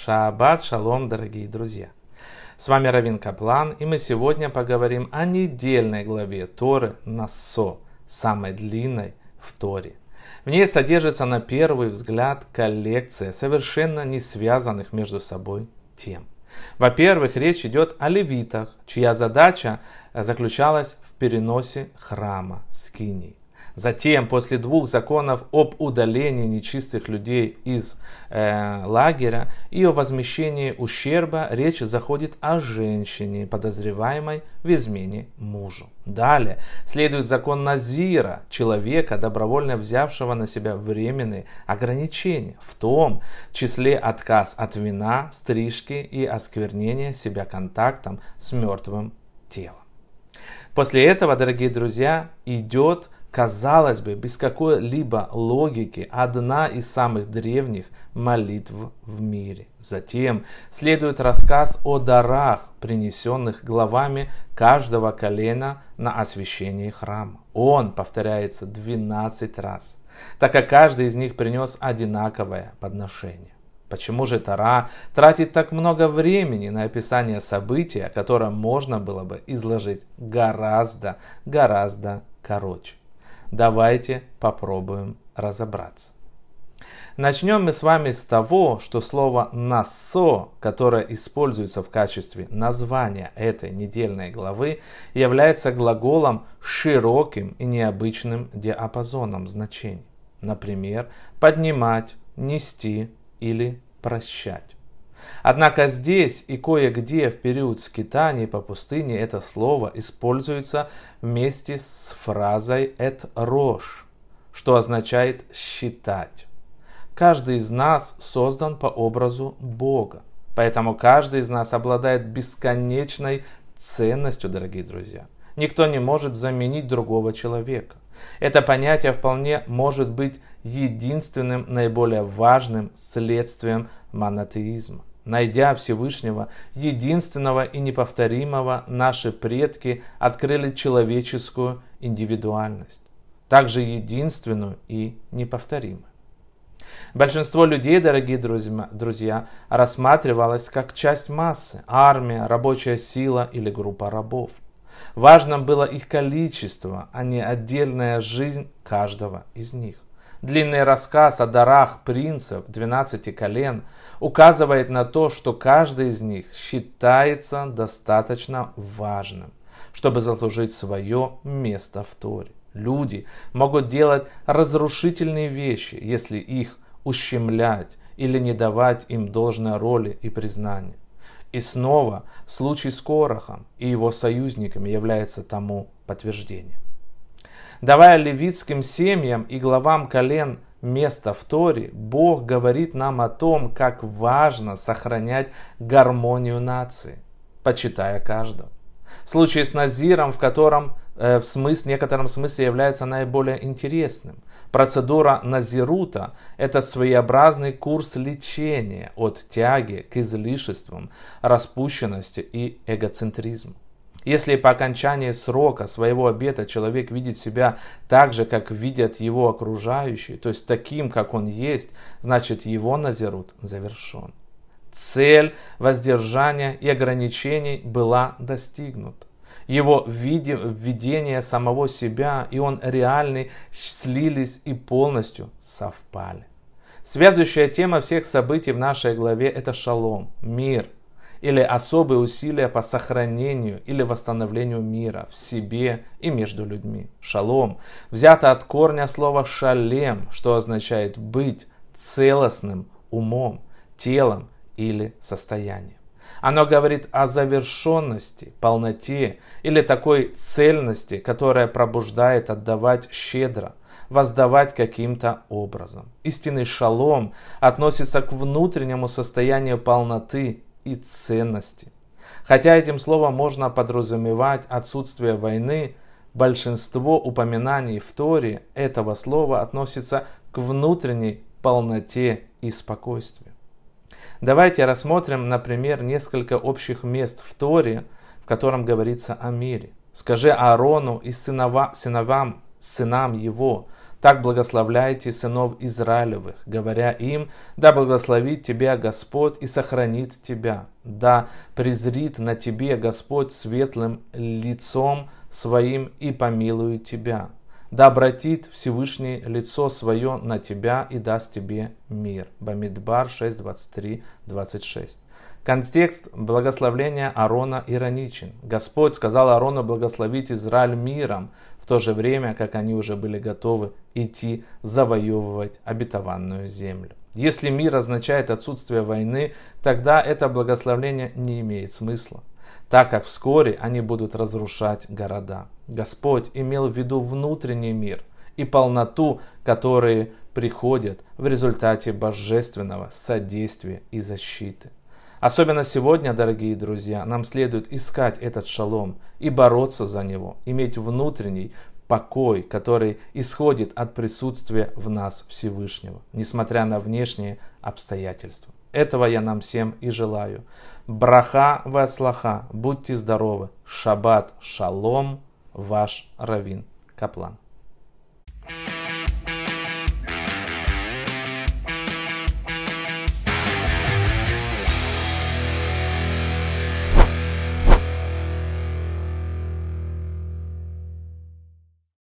Шаббат шалом, дорогие друзья! С вами Равин Каплан, и мы сегодня поговорим о недельной главе Торы Нассо, самой длинной в Торе. В ней содержится на первый взгляд коллекция совершенно не связанных между собой тем. Во-первых, речь идет о левитах, чья задача заключалась в переносе храма Скинии. Затем, после двух законов об удалении нечистых людей из лагеря и о возмещении ущерба, речь заходит о женщине, подозреваемой в измене мужу. Далее следует закон Назира, человека, добровольно взявшего на себя временные ограничения, в том числе отказ от вина, стрижки и осквернения себя контактом с мертвым телом. После этого, дорогие друзья, идет, казалось бы, без какой-либо логики, одна из самых древних молитв в мире. Затем следует рассказ о дарах, принесенных главами каждого колена на освящение храма. Он повторяется 12 раз, так как каждый из них принес одинаковое подношение. Почему же Тора тратит так много времени на описание события, которое можно было бы изложить гораздо короче? Давайте попробуем разобраться. Начнем мы с вами с того, что слово «нассо», которое используется в качестве названия этой недельной главы, является глаголом с широким и необычным диапазоном значений. Например, поднимать, нести или прощать. Однако здесь и кое-где в период скитаний по пустыне это слово используется вместе с фразой «эт рош», что означает «считать». Каждый из нас создан по образу Бога, поэтому каждый из нас обладает бесконечной ценностью, дорогие друзья. Никто не может заменить другого человека. Это понятие вполне может быть единственным наиболее важным следствием монотеизма. Найдя Всевышнего, единственного и неповторимого, наши предки открыли человеческую индивидуальность, также единственную и неповторимую. Большинство людей, дорогие друзья, рассматривалось как часть массы, армия, рабочая сила или группа рабов. Важным было их количество, а не отдельная жизнь каждого из них. Длинный рассказ о дарах принцев 12 колен указывает на то, что каждый из них считается достаточно важным, чтобы заслужить свое место в Торе. Люди могут делать разрушительные вещи, если их ущемлять или не давать им должной роли и признания. И снова случай с Корахом и его союзниками является тому подтверждением. Давая левитским семьям и главам колен место в Торе, Бог говорит нам о том, как важно сохранять гармонию нации, почитая каждого. Случай с Назиром, в некотором смысле является наиболее интересным. Процедура Назирута – это своеобразный курс лечения от тяги к излишествам, распущенности и эгоцентризму. Если по окончании срока своего обета человек видит себя так же, как видят его окружающие, то есть таким, как он есть, значит его назирут завершен. Цель воздержания и ограничений была достигнута. Его видение самого себя и он реальный слились и полностью совпали. Связующая тема всех событий в нашей главе – это шалом, мир, или особые усилия по сохранению или восстановлению мира в себе и между людьми. Шалом взято от корня слова шалем, что означает быть целостным умом, телом или состоянием. Оно говорит о завершенности, полноте или такой цельности, которая пробуждает отдавать щедро, воздавать каким-то образом. Истинный шалом относится к внутреннему состоянию полноты и ценности. Хотя этим словом можно подразумевать отсутствие войны, большинство упоминаний в Торе этого слова относится к внутренней полноте и спокойствию. Давайте рассмотрим, например, несколько общих мест в Торе, в котором говорится о мире. «Скажи Аарону и сыновьям сынам его. Так благословляйте сынов Израилевых, говоря им: да благословит тебя Господь и сохранит тебя, да презрит на тебе Господь светлым лицом своим и помилует тебя, да обратит Всевышний лицо свое на тебя и даст тебе мир. Бамидбар 6, 23, 26. Контекст благословления Аарона ироничен. Господь сказал Аарону благословить Израиль миром, в то же время, как они уже были готовы идти завоевывать обетованную землю. Если мир означает отсутствие войны, тогда это благословление не имеет смысла, так как вскоре они будут разрушать города. Господь имел в виду внутренний мир и полноту, которые приходят в результате божественного содействия и защиты. Особенно сегодня, дорогие друзья, нам следует искать этот шалом и бороться за него, иметь внутренний покой, который исходит от присутствия в нас Всевышнего, несмотря на внешние обстоятельства. Этого я нам всем и желаю. Браха вацлаха, будьте здоровы. Шаббат шалом, ваш Равин Каплан.